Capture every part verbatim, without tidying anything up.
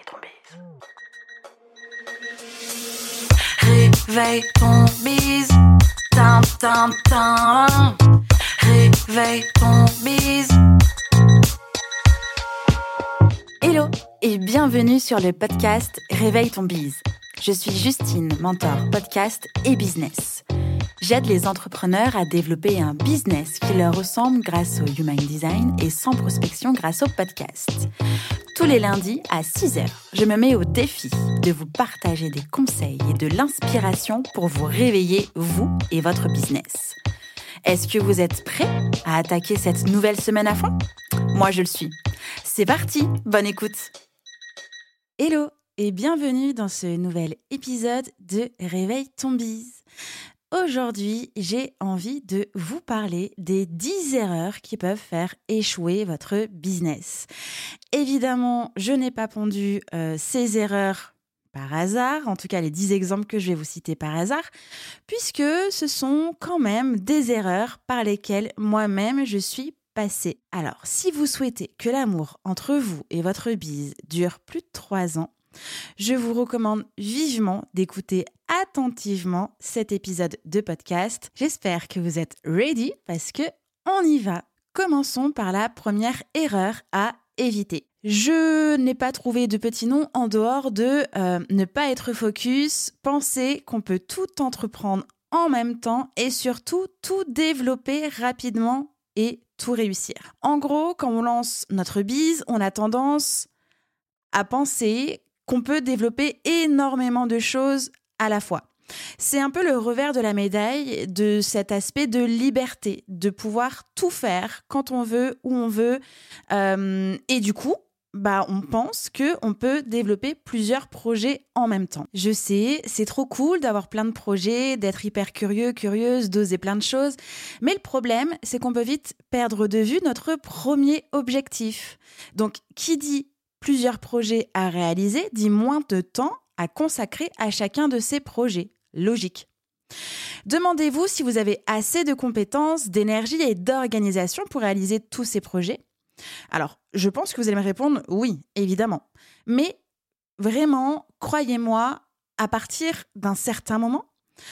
ton bise. Réveille ton bise. Tin, tin, tin. Réveille ton bise. Hello et bienvenue sur le podcast Réveille ton bise. Je suis Justine, mentor podcast et business. J'aide les entrepreneurs à développer un business qui leur ressemble grâce au Human Design et sans prospection grâce au podcast. Tous les lundis à six heures, je me mets au défi de vous partager des conseils et de l'inspiration pour vous réveiller, vous et votre business. Est-ce que vous êtes prêts à attaquer cette nouvelle semaine à fond ? Moi, je le suis. C'est parti, bonne écoute. Hello et bienvenue dans ce nouvel épisode de Réveille ton bise. Aujourd'hui, j'ai envie de vous parler des dix erreurs qui peuvent faire échouer votre business. Évidemment, je n'ai pas pondu euh, ces erreurs par hasard, en tout cas les dix exemples que je vais vous citer par hasard, puisque ce sont quand même des erreurs par lesquelles moi-même je suis passée. Alors, si vous souhaitez que l'amour entre vous et votre bise dure plus de trois ans, je vous recommande vivement d'écouter attentivement cet épisode de podcast. J'espère que vous êtes ready parce que on y va. Commençons par la première erreur à éviter. Je n'ai pas trouvé de petit nom en dehors de euh, ne pas être focus, penser qu'on peut tout entreprendre en même temps et surtout tout développer rapidement et tout réussir. En gros, quand on lance notre bise, on a tendance à penser qu'on peut développer énormément de choses à la fois. C'est un peu le revers de la médaille de cet aspect de liberté, de pouvoir tout faire quand on veut, où on veut. Euh, et du coup, bah, on pense qu'on peut développer plusieurs projets en même temps. Je sais, c'est trop cool d'avoir plein de projets, d'être hyper curieux, curieuse, d'oser plein de choses. Mais le problème, c'est qu'on peut vite perdre de vue notre premier objectif. Donc, qui dit plusieurs projets à réaliser, dit moins de temps à consacrer à chacun de ces projets. Logique. Demandez-vous si vous avez assez de compétences, d'énergie et d'organisation pour réaliser tous ces projets. Alors, je pense que vous allez me répondre oui, évidemment. Mais vraiment, croyez-moi, à partir d'un certain moment,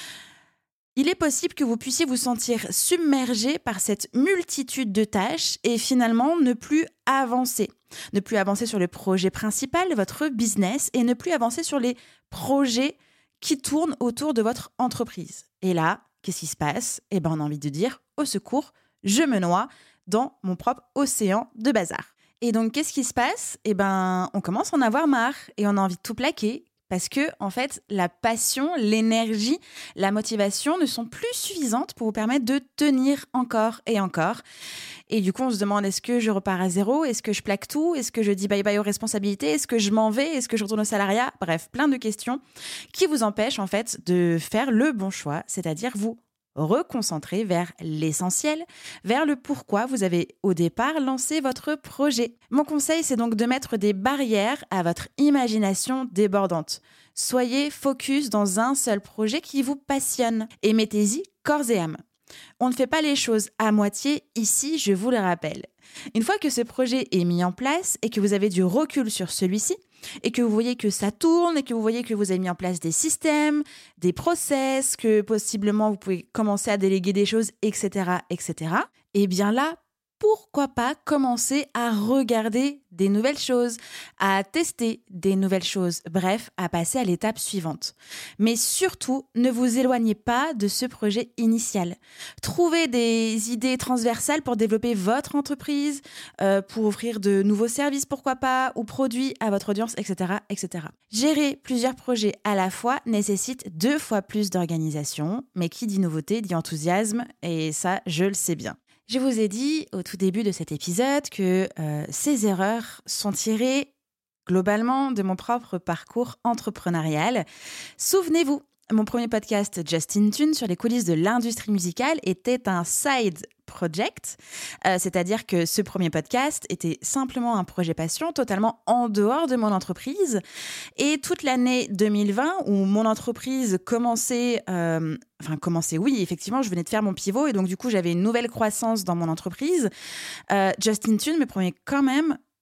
il est possible que vous puissiez vous sentir submergé par cette multitude de tâches et finalement ne plus avancer. Ne plus avancer sur le projet principal, votre business, et ne plus avancer sur les projets qui tournent autour de votre entreprise. Et là, qu'est-ce qui se passe ? Eh bien, on a envie de dire, au secours, je me noie dans mon propre océan de bazar. Et donc, qu'est-ce qui se passe ? Eh bien, on commence à en avoir marre et on a envie de tout plaquer. Parce que, en fait, la passion, l'énergie, la motivation ne sont plus suffisantes pour vous permettre de tenir encore et encore. Et du coup, on se demande, est-ce que je repars à zéro ? Est-ce que je plaque tout ? Est-ce que je dis bye bye aux responsabilités ? Est-ce que je m'en vais ? Est-ce que je retourne au salariat ? Bref, plein de questions qui vous empêchent, en fait, de faire le bon choix, c'est-à-dire vous reconcentrer vers l'essentiel, vers le pourquoi vous avez au départ lancé votre projet. Mon conseil, c'est donc de mettre des barrières à votre imagination débordante. Soyez focus dans un seul projet qui vous passionne et mettez-y corps et âme. On ne fait pas les choses à moitié ici, je vous le rappelle. Une fois que ce projet est mis en place et que vous avez du recul sur celui-ci, et que vous voyez que ça tourne, et que vous voyez que vous avez mis en place des systèmes, des process, que possiblement vous pouvez commencer à déléguer des choses, et cetera, et cetera, et bien là, pourquoi pas commencer à regarder des nouvelles choses, à tester des nouvelles choses, bref, à passer à l'étape suivante. Mais surtout, ne vous éloignez pas de ce projet initial. Trouvez des idées transversales pour développer votre entreprise, euh, pour offrir de nouveaux services, pourquoi pas, ou produits à votre audience, et cetera, et cetera. Gérer plusieurs projets à la fois nécessite deux fois plus d'organisation, mais qui dit nouveauté dit enthousiasme, et ça, je le sais bien. Je vous ai dit au tout début de cet épisode que euh, ces erreurs sont tirées globalement de mon propre parcours entrepreneurial. Souvenez-vous, mon premier podcast Just in Tune sur les coulisses de l'industrie musicale était un side project, euh, c'est-à-dire que ce premier podcast était simplement un projet passion totalement en dehors de mon entreprise. Et toute l'année deux mille vingt, où mon entreprise commençait, euh, enfin commençait, oui, effectivement, je venais de faire mon pivot et donc du coup, j'avais une nouvelle croissance dans mon entreprise. Euh, Just in Tune me promet quand même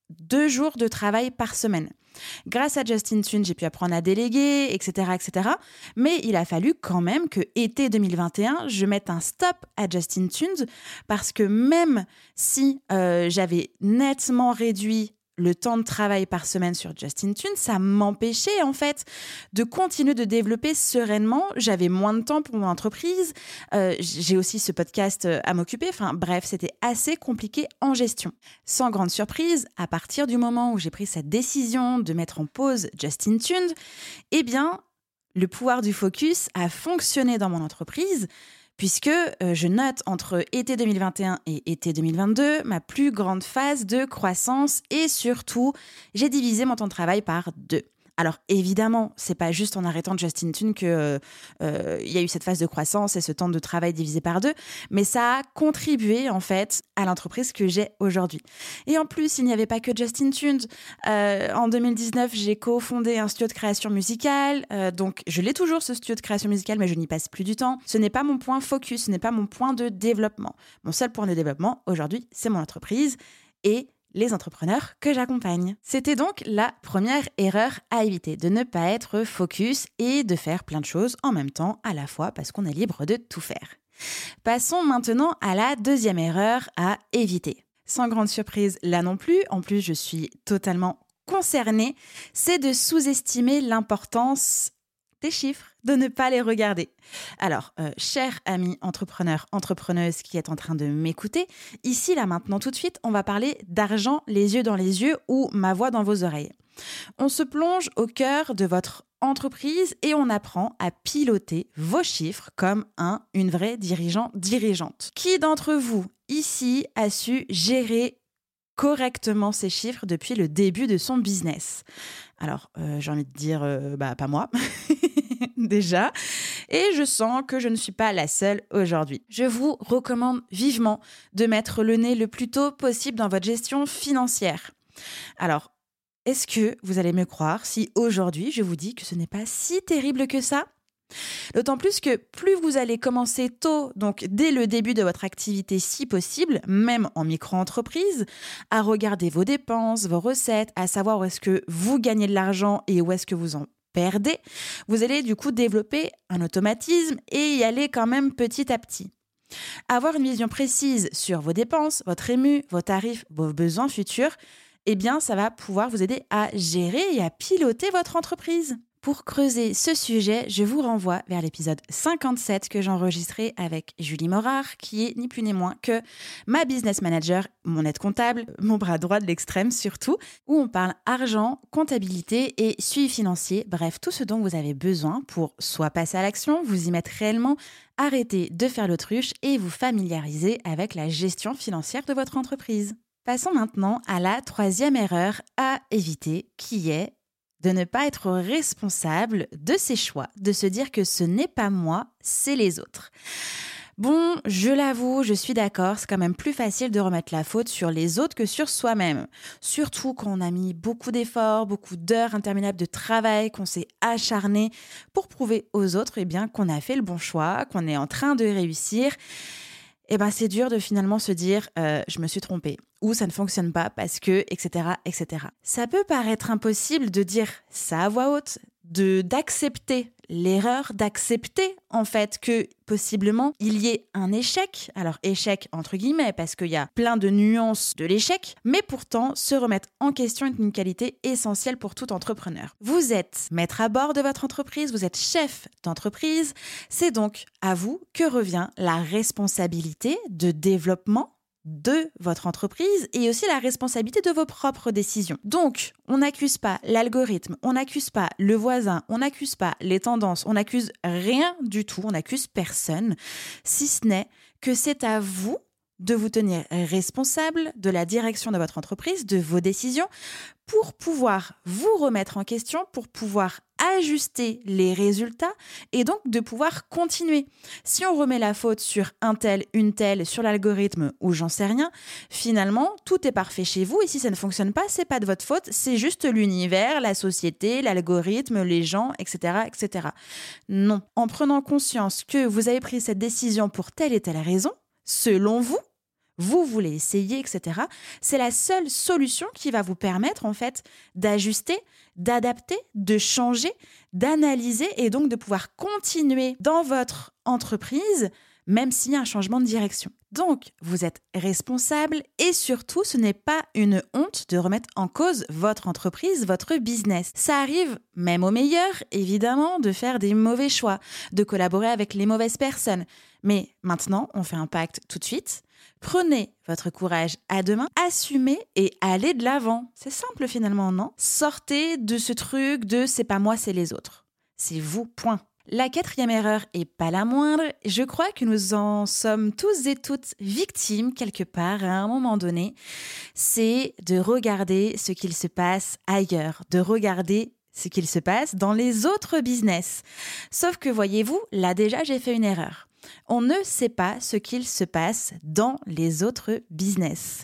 deux jours de travail par semaine. Grâce à Just In Tune, j'ai pu apprendre à déléguer, et cetera, et cetera. Mais il a fallu quand même que été deux mille vingt et un, je mette un stop à Just In Tune parce que même si euh, j'avais nettement réduit le temps de travail par semaine sur Just In Tune, ça m'empêchait en fait de continuer de développer sereinement. J'avais moins de temps pour mon entreprise. Euh, j'ai aussi ce podcast à m'occuper. Enfin bref, c'était assez compliqué en gestion. Sans grande surprise, à partir du moment où j'ai pris cette décision de mettre en pause Just In Tune, eh bien, le pouvoir du focus a fonctionné dans mon entreprise. Puisque euh, je note entre été deux mille vingt et un et été deux mille vingt-deux ma plus grande phase de croissance et surtout, j'ai divisé mon temps de travail par deux. Alors évidemment, c'est pas juste en arrêtant Just In Tune qu'il euh, euh, y a eu cette phase de croissance et ce temps de travail divisé par deux, mais ça a contribué en fait à l'entreprise que j'ai aujourd'hui. Et en plus, il n'y avait pas que Just In Tune. Euh, en deux mille dix-neuf, j'ai cofondé un studio de création musicale, euh, donc je l'ai toujours ce studio de création musicale, mais je n'y passe plus du temps. Ce n'est pas mon point focus, ce n'est pas mon point de développement. Mon seul point de développement aujourd'hui, c'est mon entreprise et les entrepreneurs que j'accompagne. C'était donc la première erreur à éviter, de ne pas être focus et de faire plein de choses en même temps à la fois parce qu'on est libre de tout faire. Passons maintenant à la deuxième erreur à éviter. Sans grande surprise là non plus, en plus je suis totalement concernée, c'est de sous-estimer l'importance des chiffres, de ne pas les regarder. Alors, euh, cher ami entrepreneur, entrepreneuse qui est en train de m'écouter, ici, là, maintenant, tout de suite, on va parler d'argent les yeux dans les yeux ou ma voix dans vos oreilles. On se plonge au cœur de votre entreprise et on apprend à piloter vos chiffres comme un, une vraie dirigeant, dirigeante. Qui d'entre vous, ici, a su gérer correctement ses chiffres depuis le début de son business? Alors, euh, j'ai envie de dire, euh, bah, pas moi, déjà. Et je sens que je ne suis pas la seule aujourd'hui. Je vous recommande vivement de mettre le nez le plus tôt possible dans votre gestion financière. Alors, est-ce que vous allez me croire si aujourd'hui je vous dis que ce n'est pas si terrible que ça ? D'autant plus que plus vous allez commencer tôt, donc dès le début de votre activité si possible, même en micro-entreprise, à regarder vos dépenses, vos recettes, à savoir où est-ce que vous gagnez de l'argent et où est-ce que vous en perdez, vous allez du coup développer un automatisme et y aller quand même petit à petit. Avoir une vision précise sur vos dépenses, votre ému, vos tarifs, vos besoins futurs, eh bien ça va pouvoir vous aider à gérer et à piloter votre entreprise. Pour creuser ce sujet, je vous renvoie vers l'épisode cinquante-sept que j'ai enregistré avec Julie Morard, qui est ni plus ni moins que ma business manager, mon aide comptable, mon bras droit de l'extrême surtout, où on parle argent, comptabilité et suivi financier, bref, tout ce dont vous avez besoin pour soit passer à l'action, vous y mettre réellement, arrêter de faire l'autruche et vous familiariser avec la gestion financière de votre entreprise. Passons maintenant à la troisième erreur à éviter, qui est de ne pas être responsable de ses choix, de se dire que ce n'est pas moi, c'est les autres. Bon, je l'avoue, je suis d'accord, c'est quand même plus facile de remettre la faute sur les autres que sur soi-même. Surtout quand on a mis beaucoup d'efforts, beaucoup d'heures interminables de travail, qu'on s'est acharné pour prouver aux autres eh bien, qu'on a fait le bon choix, qu'on est en train de réussir. Eh ben, c'est dur de finalement se dire euh, « je me suis trompée » ou « ça ne fonctionne pas parce que, et cetera, et cetera » Ça peut paraître impossible de dire ça à voix haute, de, d'accepter l'erreur, d'accepter en fait que possiblement il y ait un échec, alors échec entre guillemets parce qu'il y a plein de nuances de l'échec, mais pourtant se remettre en question est une qualité essentielle pour tout entrepreneur. Vous êtes maître à bord de votre entreprise, vous êtes chef d'entreprise, c'est donc à vous que revient la responsabilité de développement de votre entreprise et aussi la responsabilité de vos propres décisions. Donc, on n'accuse pas l'algorithme, on n'accuse pas le voisin, on n'accuse pas les tendances, on n'accuse rien du tout, on n'accuse personne, si ce n'est que c'est à vous de vous tenir responsable de la direction de votre entreprise, de vos décisions, pour pouvoir vous remettre en question, pour pouvoir ajuster les résultats et donc de pouvoir continuer. Si on remet la faute sur un tel, une telle, sur l'algorithme ou j'en sais rien, finalement, tout est parfait chez vous et si ça ne fonctionne pas, c'est pas de votre faute, c'est juste l'univers, la société, l'algorithme, les gens, et cetera, et cetera. Non. En prenant conscience que vous avez pris cette décision pour telle et telle raison, selon vous, vous voulez essayer, et cetera. C'est la seule solution qui va vous permettre en fait d'ajuster, d'adapter, de changer, d'analyser et donc de pouvoir continuer dans votre entreprise même s'il y a un changement de direction. Donc, vous êtes responsable et surtout, ce n'est pas une honte de remettre en cause votre entreprise, votre business. Ça arrive, même au meilleur, évidemment, de faire des mauvais choix, de collaborer avec les mauvaises personnes. Mais maintenant, on fait un pacte tout de suite. Prenez votre courage à deux mains, assumez et allez de l'avant. C'est simple finalement, non ? Sortez de ce truc de « c'est pas moi, c'est les autres ». C'est vous, point. La quatrième erreur, et pas la moindre, je crois que nous en sommes tous et toutes victimes quelque part à un moment donné, c'est de regarder ce qu'il se passe ailleurs, de regarder ce qu'il se passe dans les autres business. Sauf que voyez-vous, là déjà j'ai fait une erreur. On ne sait pas ce qu'il se passe dans les autres business.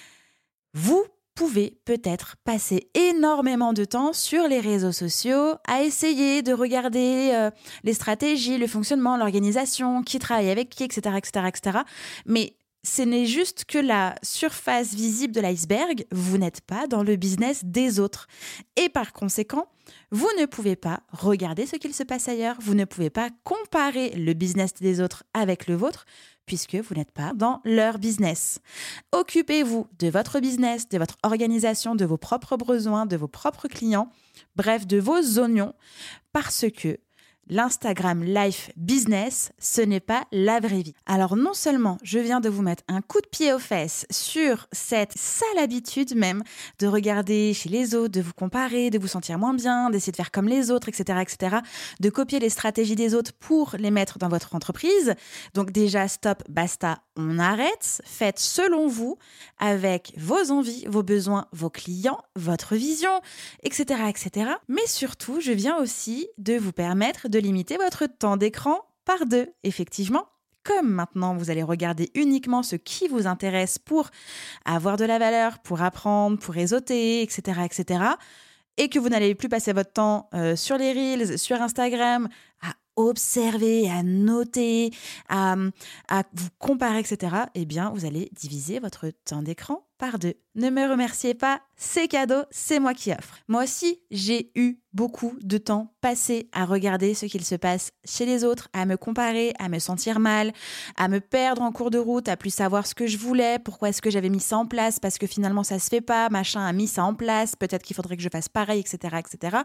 Vous pouvez peut-être passer énormément de temps sur les réseaux sociaux à essayer de regarder euh, les stratégies, le fonctionnement, l'organisation, qui travaille avec qui, et cetera, et cetera, et cetera. Mais ce n'est juste que la surface visible de l'iceberg. Vous n'êtes pas dans le business des autres. Et par conséquent, vous ne pouvez pas regarder ce qu'il se passe ailleurs. Vous ne pouvez pas comparer le business des autres avec le vôtre, puisque vous n'êtes pas dans leur business. Occupez-vous de votre business, de votre organisation, de vos propres besoins, de vos propres clients, bref, de vos oignons, parce que l'Instagram Life Business, ce n'est pas la vraie vie. Alors non seulement je viens de vous mettre un coup de pied aux fesses sur cette sale habitude même de regarder chez les autres, de vous comparer, de vous sentir moins bien, d'essayer de faire comme les autres, et cetera, et cetera, de copier les stratégies des autres pour les mettre dans votre entreprise. Donc déjà, stop, basta, on arrête. Faites selon vous, avec vos envies, vos besoins, vos clients, votre vision, et cetera, et cetera. Mais surtout, je viens aussi de vous permettre de de limiter votre temps d'écran par deux. Effectivement, comme maintenant vous allez regarder uniquement ce qui vous intéresse pour avoir de la valeur, pour apprendre, pour réseauter, et cetera, et cetera, et que vous n'allez plus passer votre temps euh, sur les Reels, sur Instagram, à observer, à noter, à, à vous comparer, et cetera, eh bien, vous allez diviser votre temps d'écran par deux. Ne me remerciez pas, c'est cadeau, c'est moi qui offre. Moi aussi, j'ai eu beaucoup de temps passé à regarder ce qu'il se passe chez les autres, à me comparer, à me sentir mal, à me perdre en cours de route, à plus savoir ce que je voulais, pourquoi est-ce que j'avais mis ça en place, parce que finalement ça se fait pas, machin a mis ça en place, peut-être qu'il faudrait que je fasse pareil, et cetera, et cetera.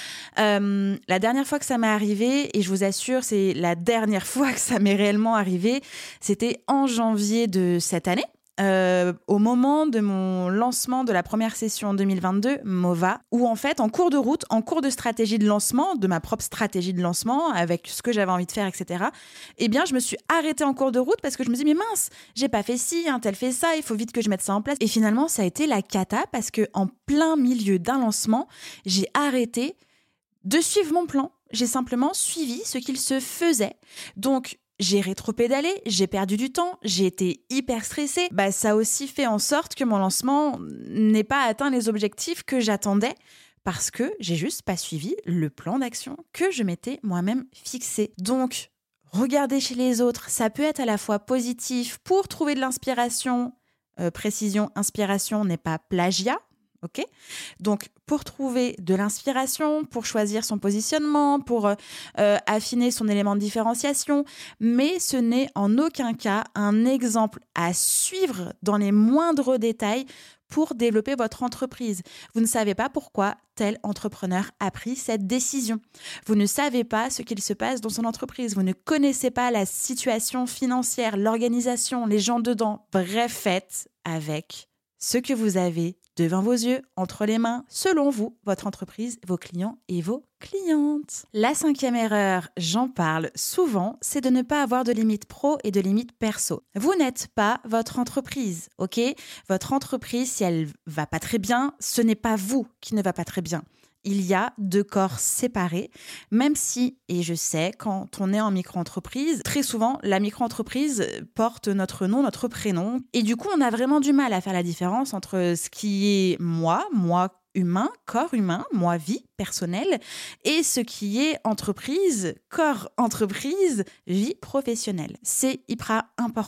Euh, la dernière fois que ça m'est arrivé, et je vous assure, c'est la dernière fois que ça m'est réellement arrivé, c'était en janvier de cette année. Euh, au moment de mon lancement de la première session en deux mille vingt-deux, Mova, où en fait, en cours de route, en cours de stratégie de lancement, de ma propre stratégie de lancement, avec ce que j'avais envie de faire, et cetera, eh bien, je me suis arrêtée en cours de route parce que je me dis, mais mince, j'ai pas fait ci, un tel fait ça, il faut vite que je mette ça en place. Et finalement, ça a été la cata parce que en plein milieu d'un lancement, j'ai arrêté de suivre mon plan. J'ai simplement suivi ce qu'il se faisait. Donc, j'ai rétropédalé, j'ai perdu du temps, j'ai été hyper stressée. Bah, ça a aussi fait en sorte que mon lancement n'ait pas atteint les objectifs que j'attendais parce que j'ai juste pas suivi le plan d'action que je m'étais moi-même fixé. Donc, regarder chez les autres, ça peut être à la fois positif pour trouver de l'inspiration. Euh, précision, inspiration n'est pas plagiat. Ok ? Donc, pour trouver de l'inspiration, pour choisir son positionnement, pour euh, affiner son élément de différenciation, mais ce n'est en aucun cas un exemple à suivre dans les moindres détails pour développer votre entreprise. Vous ne savez pas pourquoi tel entrepreneur a pris cette décision. Vous ne savez pas ce qu'il se passe dans son entreprise. Vous ne connaissez pas la situation financière, l'organisation, les gens dedans. Bref, faites avec ce que vous avez devant vos yeux, entre les mains, selon vous, votre entreprise, vos clients et vos clientes. La cinquième erreur, j'en parle souvent, c'est de ne pas avoir de limites pro et de limites perso. Vous n'êtes pas votre entreprise, ok ? Votre entreprise, si elle va pas très bien, ce n'est pas vous qui ne va pas très bien. Il y a deux corps séparés, même si, et je sais, quand on est en micro-entreprise, très souvent, la micro-entreprise porte notre nom, notre prénom. Et du coup, on a vraiment du mal à faire la différence entre ce qui est moi, moi humain, corps humain, moi vie personnelle, et ce qui est entreprise, corps entreprise, vie professionnelle. C'est hyper important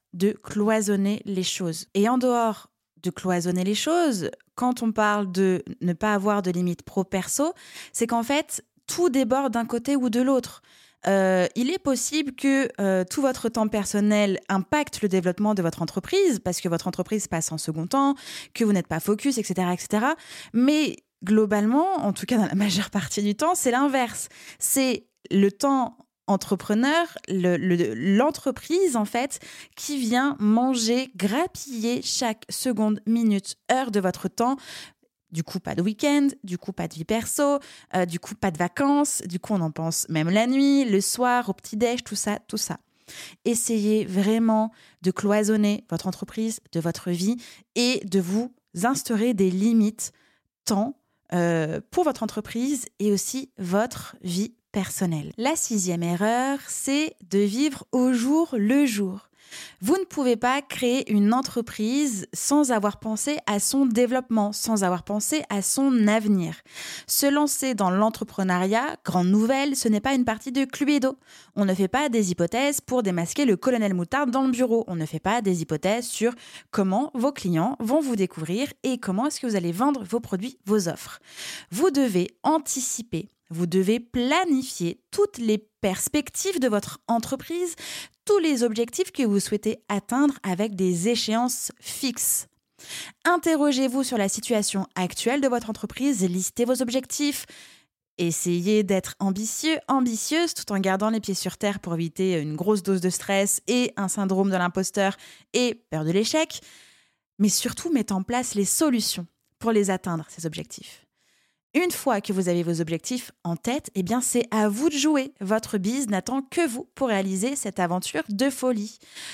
de cloisonner les choses. Et en dehors de cloisonner les choses, quand on parle de ne pas avoir de limite pro-perso, c'est qu'en fait, tout déborde d'un côté ou de l'autre. Euh, il est possible que euh, tout votre temps personnel impacte le développement de votre entreprise parce que votre entreprise passe en second temps, que vous n'êtes pas focus, et cetera, et cetera. Mais globalement, en tout cas dans la majeure partie du temps, c'est l'inverse. C'est le temps entrepreneur, le, le, l'entreprise en fait, qui vient manger, grappiller chaque seconde, minute, heure de votre temps. Du coup, pas de week-end, du coup, pas de vie perso, euh, du coup, pas de vacances, du coup, on en pense même la nuit, le soir, au petit-déj, tout ça, tout ça. Essayez vraiment de cloisonner votre entreprise, de votre vie et de vous instaurer des limites temps euh, pour votre entreprise et aussi votre vie personnelle. La sixième erreur, c'est de vivre au jour le jour. Vous ne pouvez pas créer une entreprise sans avoir pensé à son développement, sans avoir pensé à son avenir. Se lancer dans l'entrepreneuriat, grande nouvelle, ce n'est pas une partie de Cluedo. On ne fait pas des hypothèses pour démasquer le colonel Moutarde dans le bureau. On ne fait pas des hypothèses sur comment vos clients vont vous découvrir et comment est-ce que vous allez vendre vos produits, vos offres. Vous devez anticiper. Vous devez planifier toutes les perspectives de votre entreprise, tous les objectifs que vous souhaitez atteindre avec des échéances fixes. Interrogez-vous sur la situation actuelle de votre entreprise, listez vos objectifs. Essayez d'être ambitieux, ambitieuse, tout en gardant les pieds sur terre pour éviter une grosse dose de stress et un syndrome de l'imposteur et peur de l'échec. Mais surtout, mettez en place les solutions pour les atteindre, ces objectifs. Une fois que vous avez vos objectifs en tête, eh bien c'est à vous de jouer. Votre bise n'attend que vous pour réaliser cette aventure de folie.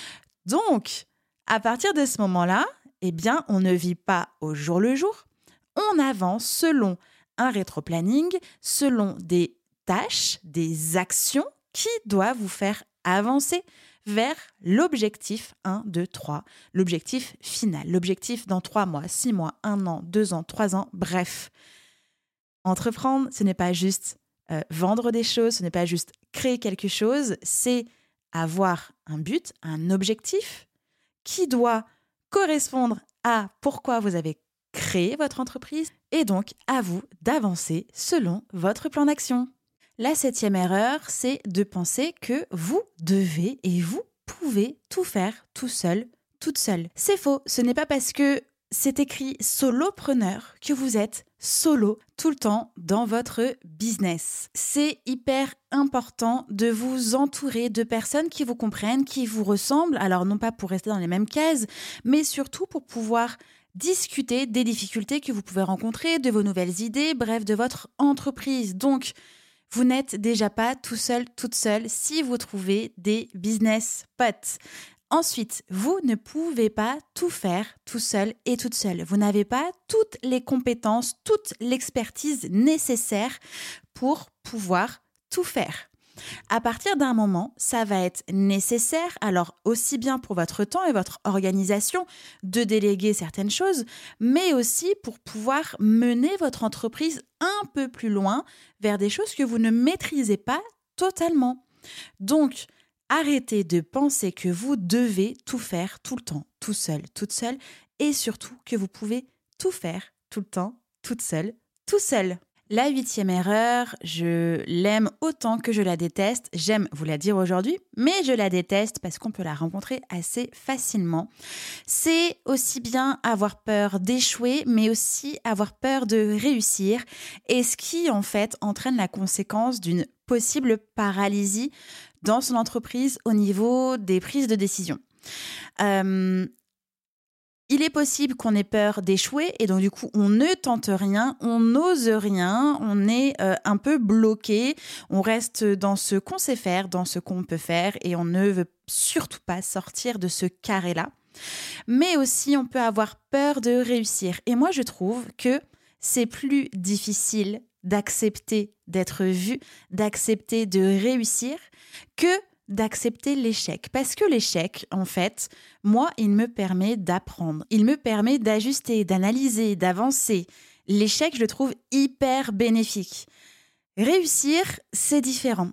Donc, à partir de ce moment-là, eh bien on ne vit pas au jour le jour. On avance selon un rétro-planning, selon des tâches, des actions qui doivent vous faire avancer vers l'objectif un, deux, trois, l'objectif final, l'objectif dans trois mois, six mois, un an, deux ans, trois ans, bref. Entreprendre, ce n'est pas juste euh, vendre des choses, ce n'est pas juste créer quelque chose, c'est avoir un but, un objectif qui doit correspondre à pourquoi vous avez créé votre entreprise et donc à vous d'avancer selon votre plan d'action. La septième erreur, c'est de penser que vous devez et vous pouvez tout faire tout seul, toute seule. C'est faux, ce n'est pas parce que c'est écrit solopreneur que vous êtes solo tout le temps dans votre business. C'est hyper important de vous entourer de personnes qui vous comprennent, qui vous ressemblent, alors non pas pour rester dans les mêmes cases, mais surtout pour pouvoir discuter des difficultés que vous pouvez rencontrer, de vos nouvelles idées, bref, de votre entreprise. Donc, vous n'êtes déjà pas tout seul, toute seule si vous trouvez des business potes. Ensuite, vous ne pouvez pas tout faire tout seul et toute seule. Vous n'avez pas toutes les compétences, toute l'expertise nécessaire pour pouvoir tout faire. À partir d'un moment, ça va être nécessaire, alors aussi bien pour votre temps et votre organisation, de déléguer certaines choses, mais aussi pour pouvoir mener votre entreprise un peu plus loin vers des choses que vous ne maîtrisez pas totalement. Donc, arrêtez de penser que vous devez tout faire tout le temps, tout seul, toute seule, et surtout que vous pouvez tout faire tout le temps, toute seule, tout seul. La huitième erreur, je l'aime autant que je la déteste. J'aime vous la dire aujourd'hui, mais je la déteste parce qu'on peut la rencontrer assez facilement. C'est aussi bien avoir peur d'échouer, mais aussi avoir peur de réussir. Et ce qui, en fait, entraîne la conséquence d'une possible paralysie dans son entreprise au niveau des prises de décision. Euh, il est possible qu'on ait peur d'échouer et donc du coup on ne tente rien, on n'ose rien, on est euh, un peu bloqué, on reste dans ce qu'on sait faire, dans ce qu'on peut faire et on ne veut surtout pas sortir de ce carré-là. Mais aussi on peut avoir peur de réussir et moi je trouve que c'est plus difficile d'accepter d'être vu, d'accepter de réussir que d'accepter l'échec. Parce que l'échec, en fait, moi, il me permet d'apprendre. Il me permet d'ajuster, d'analyser, d'avancer. L'échec, je le trouve hyper bénéfique. Réussir, c'est différent.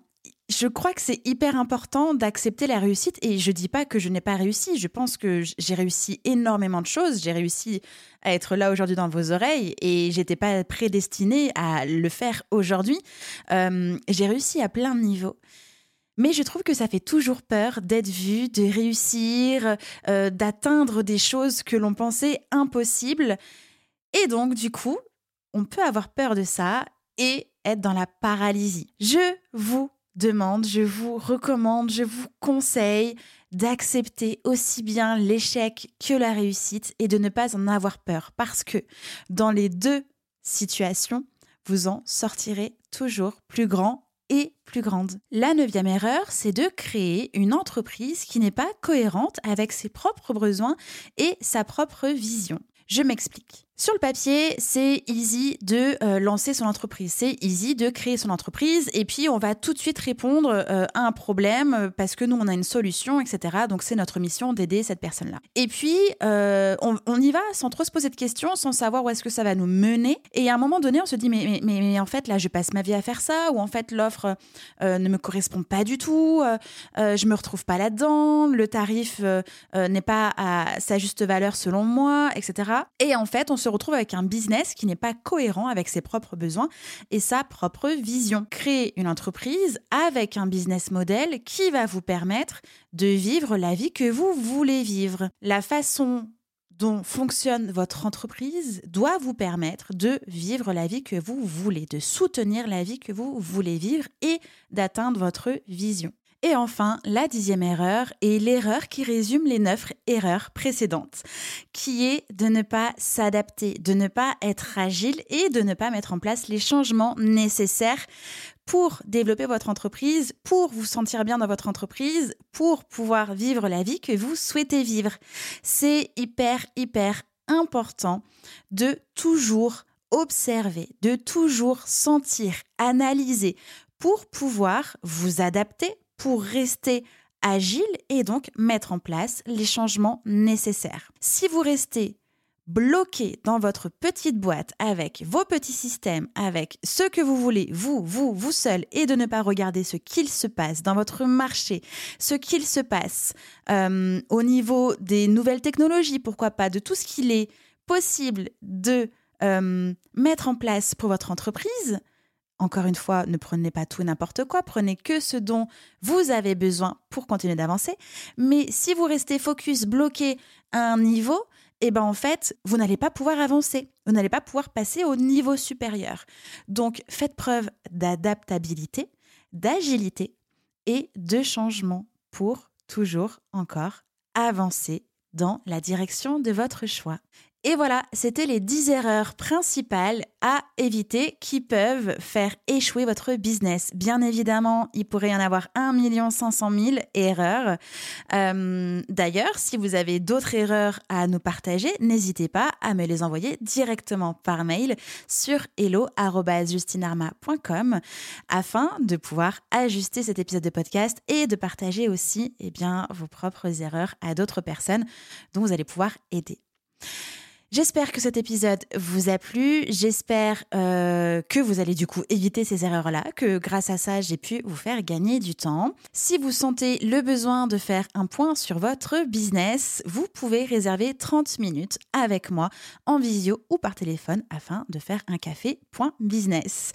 je crois que c'est hyper important d'accepter la réussite et je dis pas que je n'ai pas réussi. Je pense que j'ai réussi énormément de choses. J'ai réussi à être là aujourd'hui dans vos oreilles et j'étais pas prédestinée à le faire aujourd'hui. Euh, j'ai réussi à plein de niveaux. Mais je trouve que ça fait toujours peur d'être vu, de réussir, euh, d'atteindre des choses que l'on pensait impossibles. Et donc, du coup, on peut avoir peur de ça et être dans la paralysie. Je vous demande, je vous recommande, je vous conseille d'accepter aussi bien l'échec que la réussite et de ne pas en avoir peur. Parce que dans les deux situations, vous en sortirez toujours plus grand et plus grande. La neuvième erreur, c'est de créer une entreprise qui n'est pas cohérente avec ses propres besoins et sa propre vision. Je m'explique. Sur le papier, c'est easy de euh, lancer son entreprise, c'est easy de créer son entreprise et puis on va tout de suite répondre euh, à un problème parce que nous, on a une solution, et cetera. Donc, c'est notre mission d'aider cette personne-là. Et puis, euh, on, on y va sans trop se poser de questions, sans savoir où est-ce que ça va nous mener. Et à un moment donné, on se dit, mais, mais, mais, mais en fait, là, je passe ma vie à faire ça ou en fait, l'offre euh, ne me correspond pas du tout, euh, euh, je me retrouve pas là-dedans, le tarif euh, euh, n'est pas à sa juste valeur selon moi, et cetera. Et en fait, on se retrouve avec un business qui n'est pas cohérent avec ses propres besoins et sa propre vision. Créer une entreprise avec un business model qui va vous permettre de vivre la vie que vous voulez vivre. La façon dont fonctionne votre entreprise doit vous permettre de vivre la vie que vous voulez, de soutenir la vie que vous voulez vivre et d'atteindre votre vision. Et enfin, la dixième erreur est l'erreur qui résume les neuf erreurs précédentes, qui est de ne pas s'adapter, de ne pas être agile et de ne pas mettre en place les changements nécessaires pour développer votre entreprise, pour vous sentir bien dans votre entreprise, pour pouvoir vivre la vie que vous souhaitez vivre. C'est hyper, hyper important de toujours observer, de toujours sentir, analyser pour pouvoir vous adapter, pour rester agile et donc mettre en place les changements nécessaires. Si vous restez bloqué dans votre petite boîte avec vos petits systèmes, avec ce que vous voulez, vous, vous, vous seul, et de ne pas regarder ce qu'il se passe dans votre marché, ce qu'il se passe euh, au niveau des nouvelles technologies, pourquoi pas, de tout ce qu'il est possible de euh, mettre en place pour votre entreprise. Encore une fois, ne prenez pas tout et n'importe quoi, prenez que ce dont vous avez besoin pour continuer d'avancer. Mais si vous restez focus, bloqué à un niveau, eh ben en fait, vous n'allez pas pouvoir avancer. Vous n'allez pas pouvoir passer au niveau supérieur. Donc, faites preuve d'adaptabilité, d'agilité et de changement pour toujours encore avancer dans la direction de votre choix. Et voilà, c'était les dix erreurs principales à éviter qui peuvent faire échouer votre business. Bien évidemment, il pourrait y en avoir un million cinq cent mille erreurs. Euh, d'ailleurs, si vous avez d'autres erreurs à nous partager, n'hésitez pas à me les envoyer directement par mail sur hello arobase justinarma point com afin de pouvoir ajuster cet épisode de podcast et de partager aussi eh bien, vos propres erreurs à d'autres personnes dont vous allez pouvoir aider. J'espère que cet épisode vous a plu, j'espère euh, que vous allez du coup éviter ces erreurs-là, que grâce à ça, j'ai pu vous faire gagner du temps. Si vous sentez le besoin de faire un point sur votre business, vous pouvez réserver trente minutes avec moi en visio ou par téléphone afin de faire un café point business.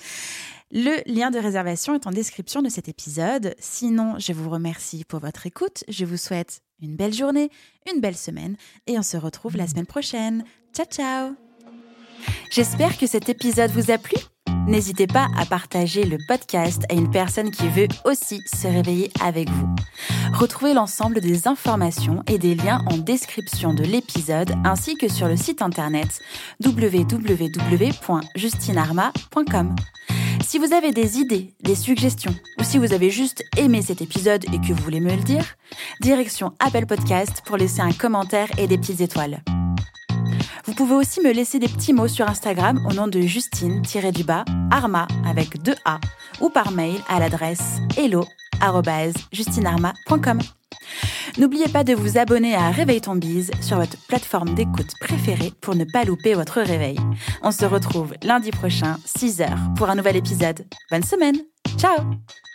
Le lien de réservation est en description de cet épisode. Sinon, je vous remercie pour votre écoute. Je vous souhaite une belle journée, une belle semaine et on se retrouve la semaine prochaine. Ciao, ciao! J'espère que cet épisode vous a plu. N'hésitez pas à partager le podcast à une personne qui veut aussi se réveiller avec vous. Retrouvez l'ensemble des informations et des liens en description de l'épisode ainsi que sur le site internet w w w point justinarma point com. Si vous avez des idées, des suggestions ou si vous avez juste aimé cet épisode et que vous voulez me le dire, direction Apple Podcast pour laisser un commentaire et des petites étoiles. Vous pouvez aussi me laisser des petits mots sur Instagram au nom de Justine-Arma avec deux A ou par mail à l'adresse hello arobase justinarma point com. N'oubliez pas de vous abonner à Réveille ton bise sur votre plateforme d'écoute préférée pour ne pas louper votre réveil. On se retrouve lundi prochain, six heures, pour un nouvel épisode. Bonne semaine. Ciao!